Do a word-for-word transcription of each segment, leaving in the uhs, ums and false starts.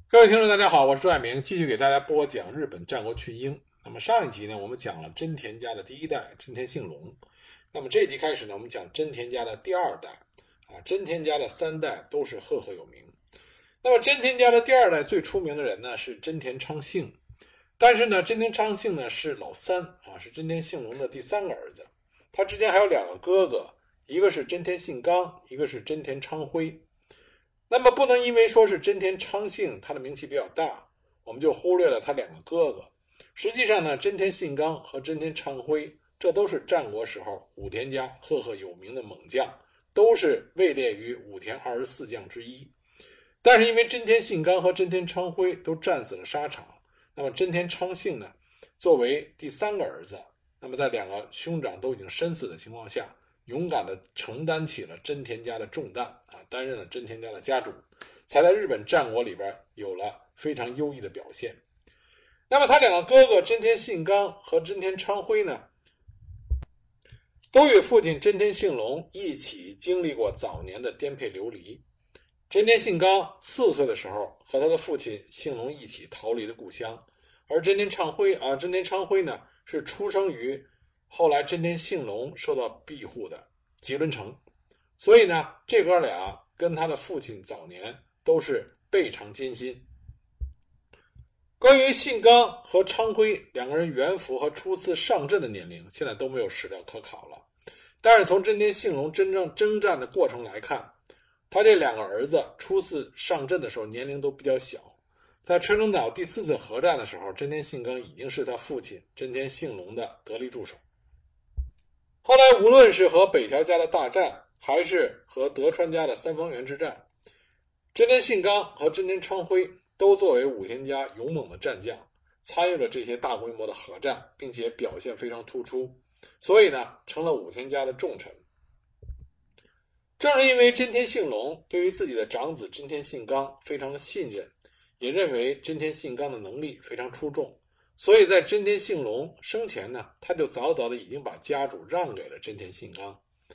各位听众大家好，我是朱爱明，继续给大家播讲日本战国群英。那么上一集呢，我们讲了真田家的第一代真田信隆。那么这一集开始呢，我们讲真田家的第二代啊，真田家的三代都是赫赫有名。那么真田家的第二代最出名的人呢是真田昌幸，但是呢真田昌幸呢是老三啊，是真田信隆的第三个儿子。他之间还有两个哥哥，一个是真田信纲，一个是真田昌辉。那么不能因为说是真田昌幸他的名气比较大，我们就忽略了他两个哥哥。实际上呢，真田信纲和真田昌辉这都是战国时候武田家赫赫有名的猛将，都是位列于武田二十四将之一。但是因为真田信纲和真田昌辉都战死了沙场，那么真田昌幸呢，作为第三个儿子，那么在两个兄长都已经身死的情况下，勇敢地承担起了真田家的重担啊，担任了真田家的家主，才在日本战国里边有了非常优异的表现。那么他两个哥哥真田信纲和真田昌辉呢，都与父亲真田信隆一起经历过早年的颠沛流离。真田信纲四岁的时候和他的父亲信隆一起逃离了故乡，而真田昌辉啊，真田昌辉呢是出生于后来真田信隆受到庇护的吉伦城，所以呢这哥俩跟他的父亲早年都是倍尝艰辛。关于信纲和昌辉两个人元服和初次上阵的年龄现在都没有史料可考了，但是从真田信隆真正征战的过程来看，他这两个儿子初次上阵的时候年龄都比较小。在春城岛第四次合战的时候，真田信纲已经是他父亲真田信隆的得力助手。后来无论是和北条家的大战，还是和德川家的三方原之战，真田信纲和真田昌辉都作为武田家勇猛的战将，参与了这些大规模的合战，并且表现非常突出，所以呢成了武田家的重臣。正是因为真田信隆对于自己的长子真田信纲非常的信任，也认为真田信纲的能力非常出众，所以在真田信隆生前呢，他就早早的已经把家主让给了真田信纲。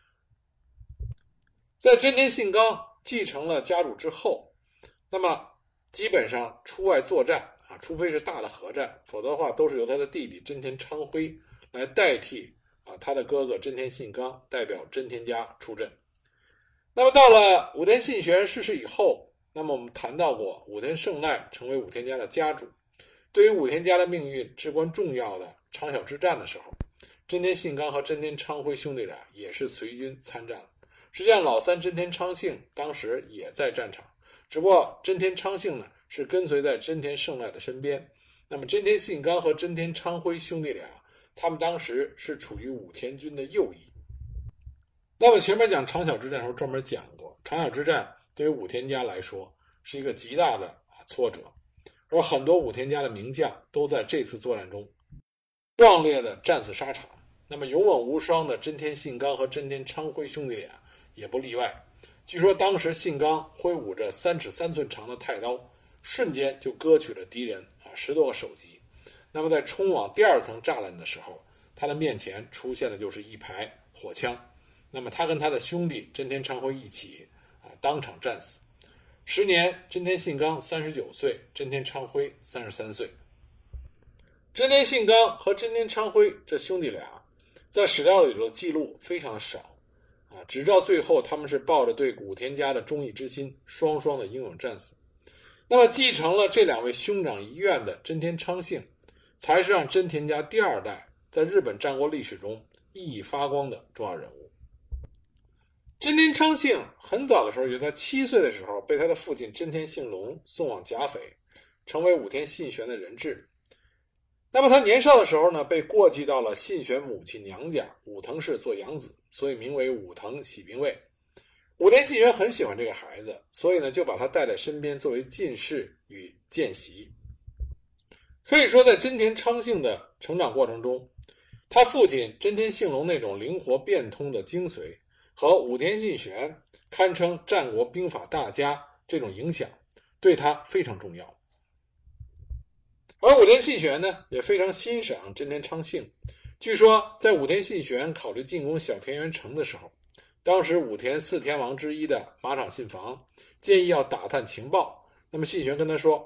在真田信纲继承了家主之后，那么基本上出外作战啊，除非是大的合战，否则的话都是由他的弟弟真田昌辉来代替啊他的哥哥真田信纲代表真田家出阵。那么到了武田信玄逝世以后，那么我们谈到过武田胜赖成为武田家的家主，对于武田家的命运至关重要的长篠之战的时候，真田信纲和真田昌辉兄弟俩也是随军参战了。实际上老三真田昌幸当时也在战场，只不过真田昌幸呢是跟随在真田胜赖的身边，那么真田信纲和真田昌辉兄弟俩他们当时是处于武田军的右翼。那么前面讲长篠之战的时候专门讲过，长篠之战对于武田家来说是一个极大的挫折，而很多武田家的名将都在这次作战中壮烈的战死沙场。那么勇猛无双的真田信纲和真田昌辉兄弟俩也不例外。据说当时信纲挥舞着三尺三寸长的太刀，瞬间就割取了敌人啊十多个首级。那么在冲往第二层栅栏的时候，他的面前出现的就是一排火枪。那么他跟他的兄弟真田昌辉一起啊当场战死。时年真田信纲三十九岁，真田昌辉三十三岁。真田信纲和真田昌辉这兄弟俩在史料里的记录非常少啊，直到最后他们是抱着对武田家的忠义之心，双双的英勇战死。那么继承了这两位兄长遗愿的真田昌幸，才是让真田家第二代在日本战国历史中熠熠发光的重要人物。真田昌幸很早的时候，也在七岁的时候被他的父亲真田信隆送往甲斐，成为武田信玄的人质。那么他年少的时候呢，被过继到了信玄母亲娘家武藤氏做养子，所以名为武藤喜兵卫。武田信玄很喜欢这个孩子，所以呢就把他带在身边作为近侍与见习。可以说在真田昌幸的成长过程中，他父亲真田信隆那种灵活变通的精髓和武田信玄堪称战国兵法大家这种影响对他非常重要。而武田信玄呢也非常欣赏真田昌幸。据说在武田信玄考虑进攻小田原城的时候，当时武田四天王之一的马场信房建议要打探情报，那么信玄跟他说，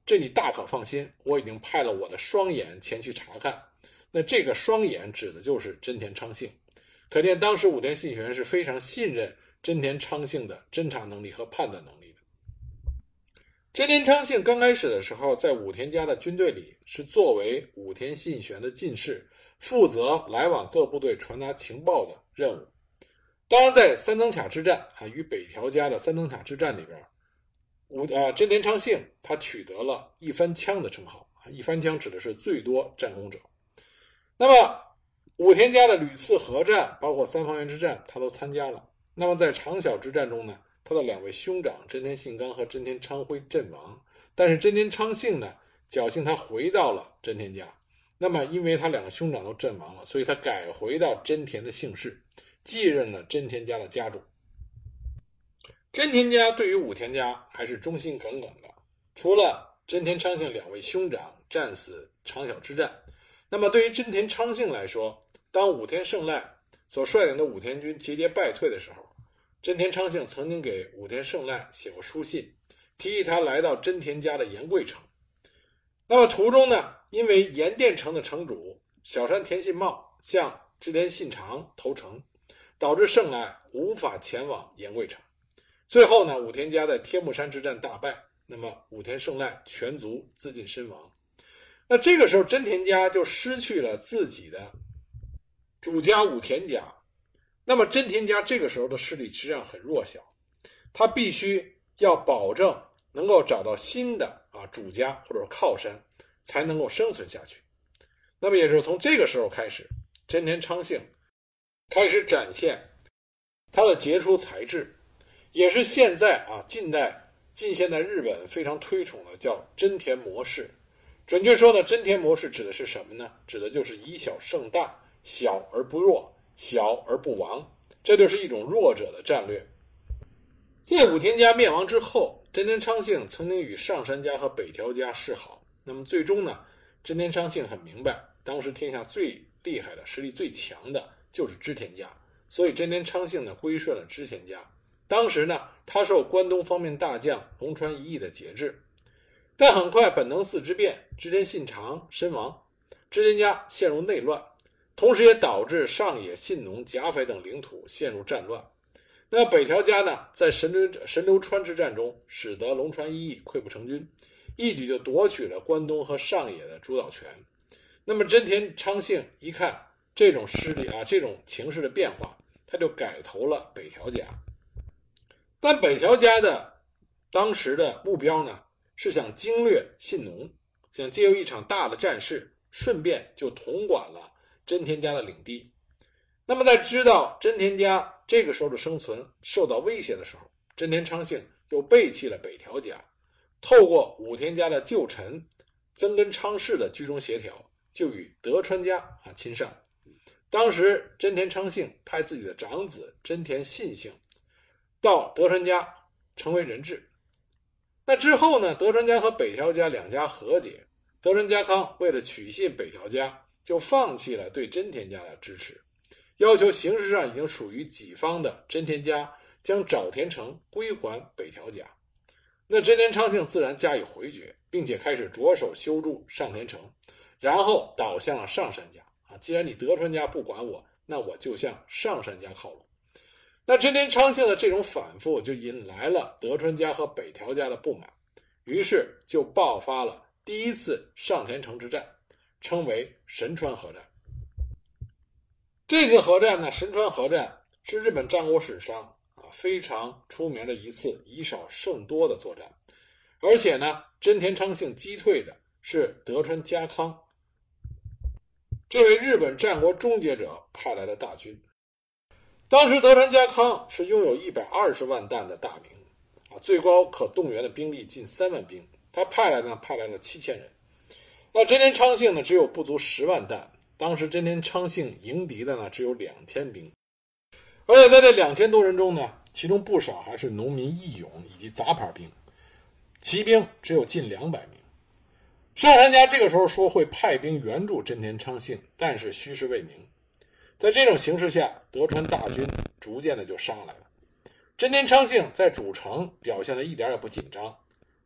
这你大可放心，我已经派了我的双眼前去查看。那这个双眼指的就是真田昌幸，可见当时武田信玄是非常信任真田昌幸的侦察能力和判断能力的。真田昌幸刚开始的时候，在武田家的军队里是作为武田信玄的近侍，负责来往各部队传达情报的任务。当然在三登卡之战啊，与北条家的三登卡之战里边，武啊真田昌幸他取得了一番枪的称号啊，一番枪指的是最多战功者。那么武田家的屡次合战，包括三方原之战，他都参加了。那么在长筱之战中呢，他的两位兄长真田信纲和真田昌辉阵亡，但是真田昌幸呢，侥幸他回到了真田家。那么因为他两个兄长都阵亡了，所以他改回到真田的姓氏，继任了真田家的家主。真田家对于武田家还是忠心耿耿的，除了真田昌幸两位兄长战死长筱之战，那么对于真田昌幸来说，当武田胜赖所率领的武田军节节败退的时候，真田昌幸曾经给武田胜赖写过书信，提议他来到真田家的岩贵城。那么途中呢，因为岩殿城的城主小山田信茂向织田信长投诚，导致胜赖无法前往岩贵城。最后呢，武田家在天目山之战大败，那么武田胜赖全族自尽身亡。那这个时候真田家就失去了自己的主家武田家，那么真田家这个时候的势力实际上很弱小，他必须要保证能够找到新的啊主家或者靠山，才能够生存下去。那么也是从这个时候开始，真田昌幸开始展现他的杰出才智，也是现在啊近代近现代日本非常推崇的叫真田模式。准确说呢，真田模式指的是什么呢？指的就是以小胜大，小而不弱，小而不亡，这就是一种弱者的战略。在武田家灭亡之后，真田昌幸曾经与上杉家和北条家示好，那么最终呢，真田昌幸很明白，当时天下最厉害的实力最强的就是织田家，所以真田昌幸呢归顺了织田家。当时呢，他受关东方面大将龙川一义的节制，但很快本能寺之变，织田信长身亡，织田家陷入内乱，同时也导致上野、信浓、甲斐等领土陷入战乱。那北条家呢，在神流神流川之战中，使得龙川一义溃不成军，一举就夺取了关东和上野的主导权。那么真田昌幸一看这种势力啊，这种情势的变化，他就改投了北条家。但北条家的当时的目标呢，是想经略信浓，想借由一场大的战事，顺便就统管了真田家的领地。那么在知道真田家这个时候的生存受到威胁的时候，真田昌幸又背弃了北条家，透过武田家的旧臣曾根昌世的居中协调，就与德川家啊亲上。当时真田昌幸派自己的长子真田信幸到德川家成为人质。那之后呢，德川家和北条家两家和解，德川家康为了取信北条家，就放弃了对真田家的支持，要求形式上已经属于己方的真田家将沼田城归还北条家。那真田昌幸自然加以回绝，并且开始着手修筑上田城，然后倒向了上杉家啊，既然你德川家不管我，那我就向上杉家靠拢。那真田昌幸的这种反复就引来了德川家和北条家的不满，于是就爆发了第一次上田城之战，称为神川合战。这次合战呢，神川合战是日本战国史上啊非常出名的一次以少胜多的作战，而且呢，真田昌幸击退的是德川家康这位日本战国终结者派来的大军。当时德川家康是拥有一百二十万担的大名啊，最高可动员的兵力近三万兵，他派来呢派来了七千人。那真田昌幸呢只有不足十万担，当时真田昌幸迎敌的呢只有两千兵，而且在这两千多人中呢，其中不少还是农民义勇以及杂牌兵，骑兵只有近两百名。上杉家这个时候说会派兵援助真田昌幸，但是虚实未明。在这种形势下，德川大军逐渐的就杀来了。真田昌幸在主城表现得一点也不紧张，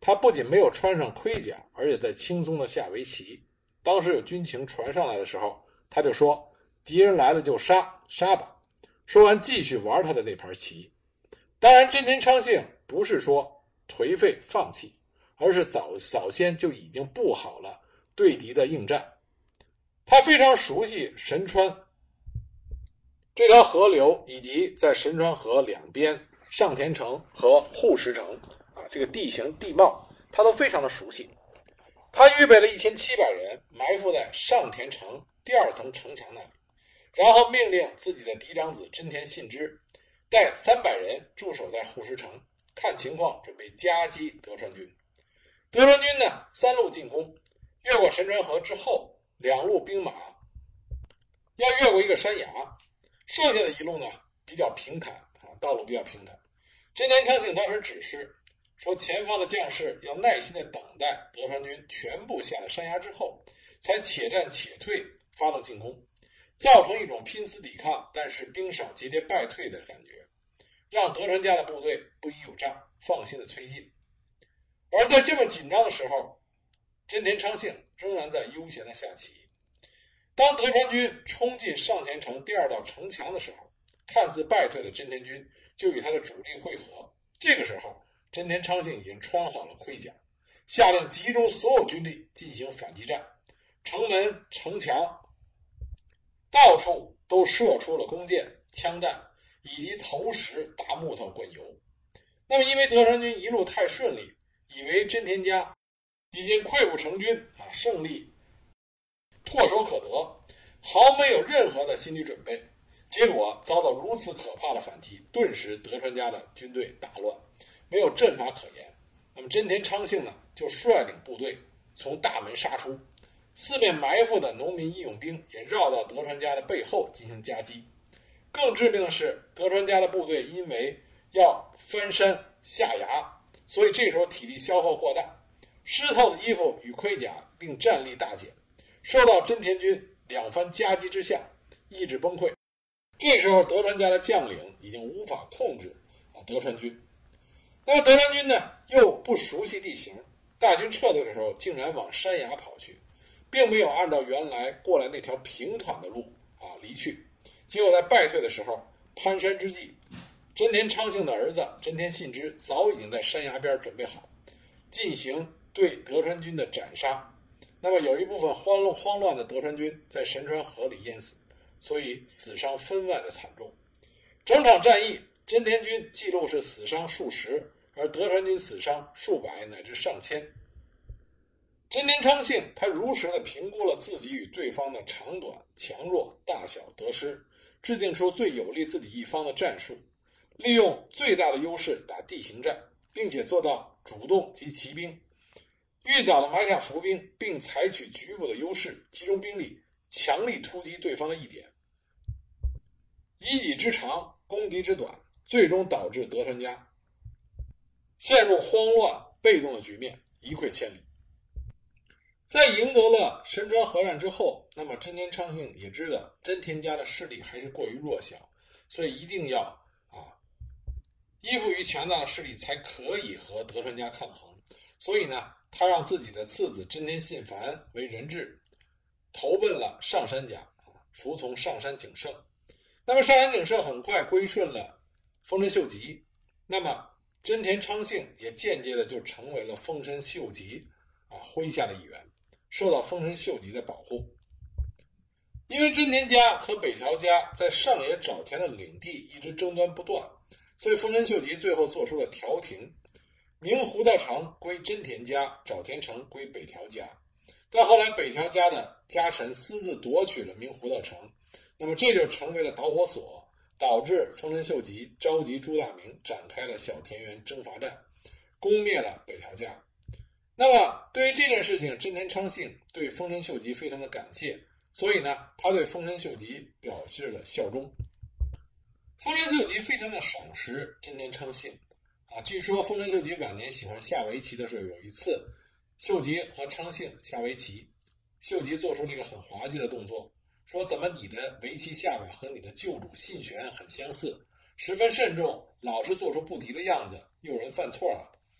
他不仅没有穿上盔甲，而且在轻松的下围棋。当时有军情传上来的时候，他就说敌人来了就杀，杀吧。说完继续玩他的那盘棋。当然真田昌幸不是说颓废放弃，而是早早先就已经布好了对敌的应战。他非常熟悉神川这条河流，以及在神川河两边上田城和护石城啊，这个地形地貌他都非常的熟悉。他预备了一千七百人埋伏在上田城第二层城墙那里，然后命令自己的嫡长子真田信之带三百人驻守在护石城，看情况准备夹击德川军。德川军呢三路进攻，越过神川河之后，两路兵马要越过一个山崖，剩下的一路呢比较平坦啊，道路比较平坦。真田昌幸当时指示说，前方的将士要耐心的等待德川军全部下了山崖之后，才且战且退，发动进攻，造成一种拼死抵抗但是兵少节节败退的感觉，让德川家的部队不疑有诈，放心的推进。而在这么紧张的时候，真田昌幸仍然在悠闲的下棋。当德川军冲进上田城第二道城墙的时候，看似败退的真田军就与他的主力会合。这个时候真田昌幸已经穿好了盔甲，下令集中所有军力进行反击战。城门城墙到处都射出了弓箭枪弹以及投石大木头滚油。那么因为德川军一路太顺利，以为真田家已经溃不成军啊，胜利唾手可得，毫没有任何的心理准备，结果遭到如此可怕的反击，顿时德川家的军队大乱，没有阵法可言。那么真田昌幸呢，就率领部队从大门杀出，四面埋伏的农民义勇兵也绕到德川家的背后进行夹击。更致命的是，德川家的部队因为要翻山下崖，所以这时候体力消耗过大，湿透的衣服与盔甲令战力大减，受到真田军两番夹击之下，意志崩溃。这时候德川家的将领已经无法控制啊德川军。那么德川军呢又不熟悉地形，大军撤退的时候竟然往山崖跑去，并没有按照原来过来那条平坦的路啊离去。结果在败退的时候，攀山之际，真田昌幸的儿子真田信之早已经在山崖边准备好，进行对德川军的斩杀。那么有一部分慌乱慌乱的德川军在神川河里淹死，所以死伤分外的惨重。整场战役，真田军记录是死伤数十，而德川军死伤数百乃至上千。真田昌幸他如实的评估了自己与对方的长短、强弱、大小、得失，制定出最有利自己一方的战术，利用最大的优势打地形战，并且做到主动及骑兵，预早的埋下伏兵，并采取局部的优势，集中兵力强力突击对方的一点，以己之长攻敌之短，最终导致德川家陷入慌乱被动的局面，一溃千里。在赢得了神川河战之后，那么真田昌幸也知道真田家的势力还是过于弱小，所以一定要啊依附于强大的势力才可以和德川家抗衡。所以呢，他让自己的次子真田信繁为人质，投奔了上杉家，服从上杉景胜。那么上杉景胜很快归顺了丰臣秀吉，那么真田昌幸也间接的就成为了丰臣秀吉啊麾下的一员，受到丰臣秀吉的保护。因为真田家和北条家在上野沼田的领地一直争端不断，所以丰臣秀吉最后做出了调停，明湖道城归真田家，沼田城归北条家。但后来北条家的家臣私自夺取了明湖道城，那么这就成为了导火索，导致丰臣秀吉召集朱大明展开了小田园征伐战，攻灭了北条家。那么对于这件事情，真田昌幸对丰臣秀吉非常的感谢，所以呢，他对丰臣秀吉表示了效忠。丰臣秀吉非常的赏识真田昌幸啊，据说丰臣秀吉晚年喜欢下围棋的时候，有一次秀吉和昌幸下围棋，秀吉做出了一个很滑稽的动作，说怎么你的围棋下法和你的旧主信玄很相似，十分慎重，老是做出不敌的样子，诱人犯错啊。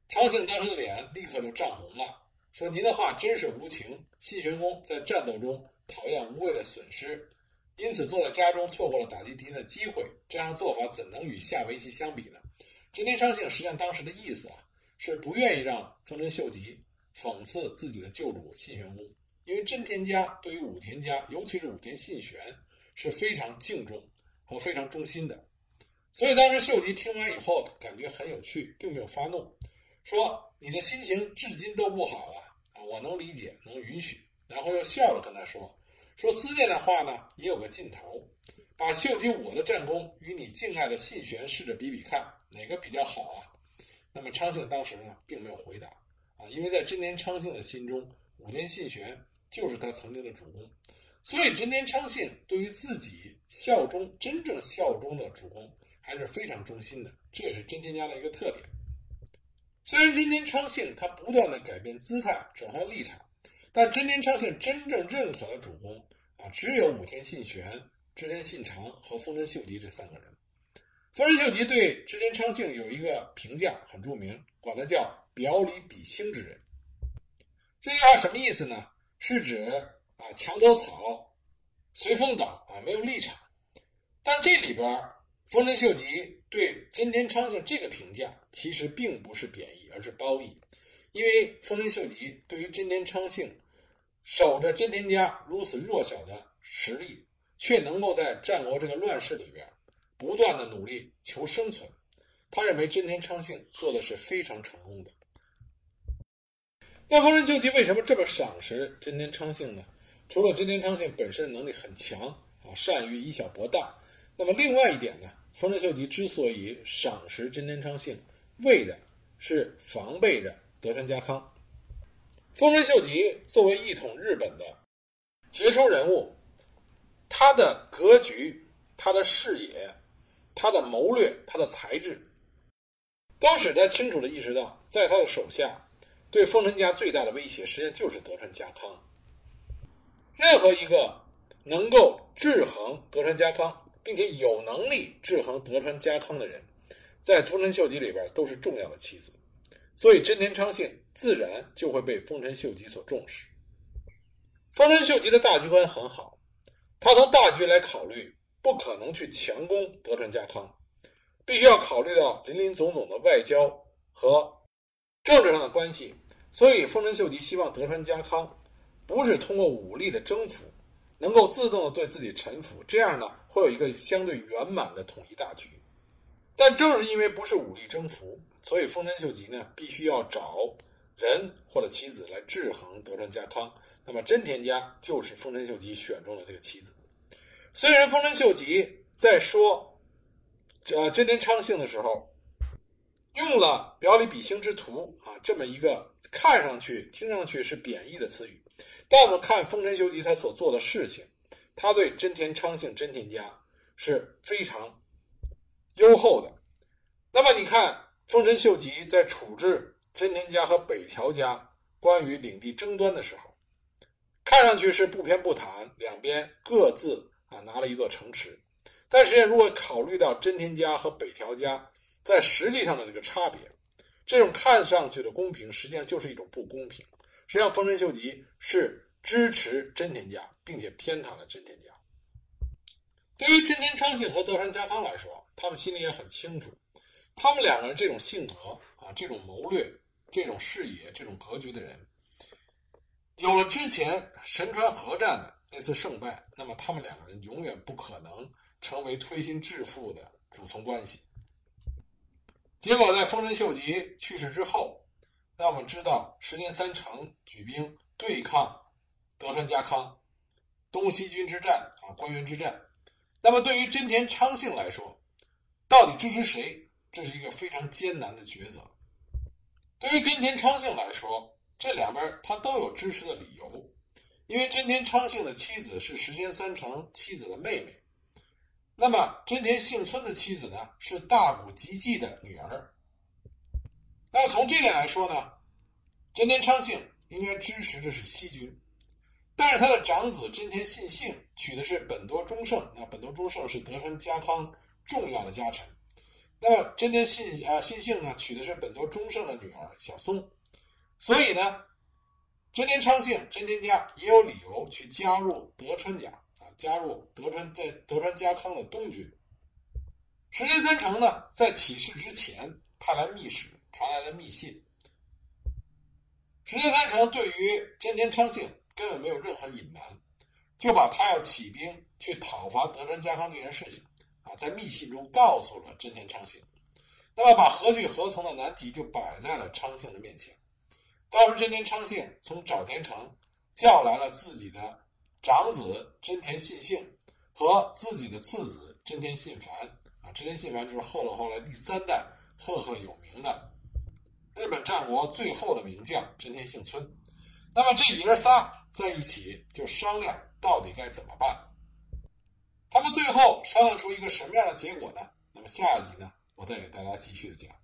昌幸当时的脸立刻就涨红了，说您的话真是无情，信玄公在战斗中讨厌无谓的损失，因此坐在家中错过了打击敌人的机会，这样的做法怎能与下围棋相比呢？真田昌幸实际上当时的意思啊，是不愿意让丰臣秀吉讽刺自己的旧主信玄公，因为真田家对于武田家，尤其是武田信玄是非常敬重和非常忠心的。所以当时秀吉听完以后感觉很有趣，并没有发怒，说你的心情至今都不好啊，啊，我能理解，能允许。然后又笑着跟他说，说思念的话呢也有个尽头，把秀吉我的战功与你敬爱的信玄试着比比看，哪个比较好啊？那么昌幸当时呢并没有回答啊，因为在真田昌幸的心中，武田信玄就是他曾经的主公，所以真田昌幸对于自己效忠真正效忠的主公还是非常忠心的，这也是真田家的一个特点。虽然真田昌幸他不断的改变姿态，转换立场，但真田昌幸真正认可的主公啊，只有武田信玄、织田信长和丰臣秀吉这三个人。丰臣秀吉对织田昌幸有一个评价很著名，管他叫表里比兴之人。这句话什么意思呢？是指啊墙头草随风倒啊，没有立场。但这里边丰臣秀吉对真田昌幸这个评价其实并不是贬义，而是褒义。因为丰臣秀吉对于真田昌幸守着真田家如此弱小的实力，却能够在战国这个乱世里边不断的努力求生存，他认为真田昌幸做的是非常成功的。那丰臣秀吉为什么这么赏识真田昌幸呢？除了真田昌幸本身能力很强啊，善于以小博大，那么另外一点呢，丰臣秀吉之所以赏识真田昌幸，为的是防备着德川家康。丰臣秀吉作为一统日本的杰出人物，他的格局、他的视野、他的谋略、他的才智，都使他清楚地意识到，在他的手下对丰臣家最大的威胁实际上就是德川家康。任何一个能够制衡德川家康并且有能力制衡德川家康的人，在丰臣秀吉里边都是重要的棋子，所以真田昌幸自然就会被丰臣秀吉所重视。丰臣秀吉的大局观很好，他从大局来考虑，不可能去强攻德川家康，必须要考虑到林林总总的外交和政治上的关系，所以丰臣秀吉希望德川家康不是通过武力的征服，能够自动的对自己臣服，这样呢会有一个相对圆满的统一大局。但正是因为不是武力征服，所以丰臣秀吉呢必须要找人或者棋子来制衡德川家康，那么真田家就是丰臣秀吉选中的这个棋子。虽然丰臣秀吉在说呃真田昌幸的时候用了表里比兴之徒啊这么一个看上去听上去是贬义的词语，但我们看丰臣秀吉他所做的事情，他对真田昌幸真田家是非常优厚的。那么你看丰臣秀吉在处置真田家和北条家关于领地争端的时候，看上去是不偏不袒，两边各自啊拿了一座城池，但是如果考虑到真田家和北条家在实际上的这个差别，这种看上去的公平实际上就是一种不公平。实际上丰臣秀吉是支持真田家，并且偏袒了真田家。对于真田昌幸和德川家康来说，他们心里也很清楚，他们两个人这种性格啊，这种谋略、这种视野、这种格局的人，有了之前神川合战的那次胜败，那么他们两个人永远不可能成为推心置腹的主从关系。结果在丰臣秀吉去世之后，那我们知道石田三成举兵对抗德川家康，东西军之战啊，关原之战。那么对于真田昌幸来说，到底支持谁，这是一个非常艰难的抉择。对于真田昌幸来说，这两边他都有支持的理由，因为真田昌幸的妻子是石田三成妻子的妹妹，那么真田幸村的妻子呢是大谷吉继的女儿。那么从这点来说呢，真田昌幸应该支持的是西军，但是他的长子真田信幸娶的是本多忠胜，那本多忠胜是德川家康重要的家臣， 那么真田信啊信幸呢娶的是本多忠胜的女儿小松，所以呢真田昌幸真田家也有理由去加入德川家啊，加入德川在德川家康的东军。石田三成呢在起事之前派来密使，传来了密信。石田三成对于真田昌幸根本没有任何隐瞒，就把他要起兵去讨伐德川家康这件事情啊，在密信中告诉了真田昌幸。那么把何去何从的难题就摆在了昌幸的面前。当时真田昌幸从沼田城叫来了自己的长子真田信幸和自己的次子真田信繁啊，真田信繁就是后来后来第三代赫赫有名的日本战国最后的名将真田幸村。那么这爷仨在一起就商量到底该怎么办。他们最后商量出一个什么样的结果呢？那么下一集呢，我再给大家继续的讲。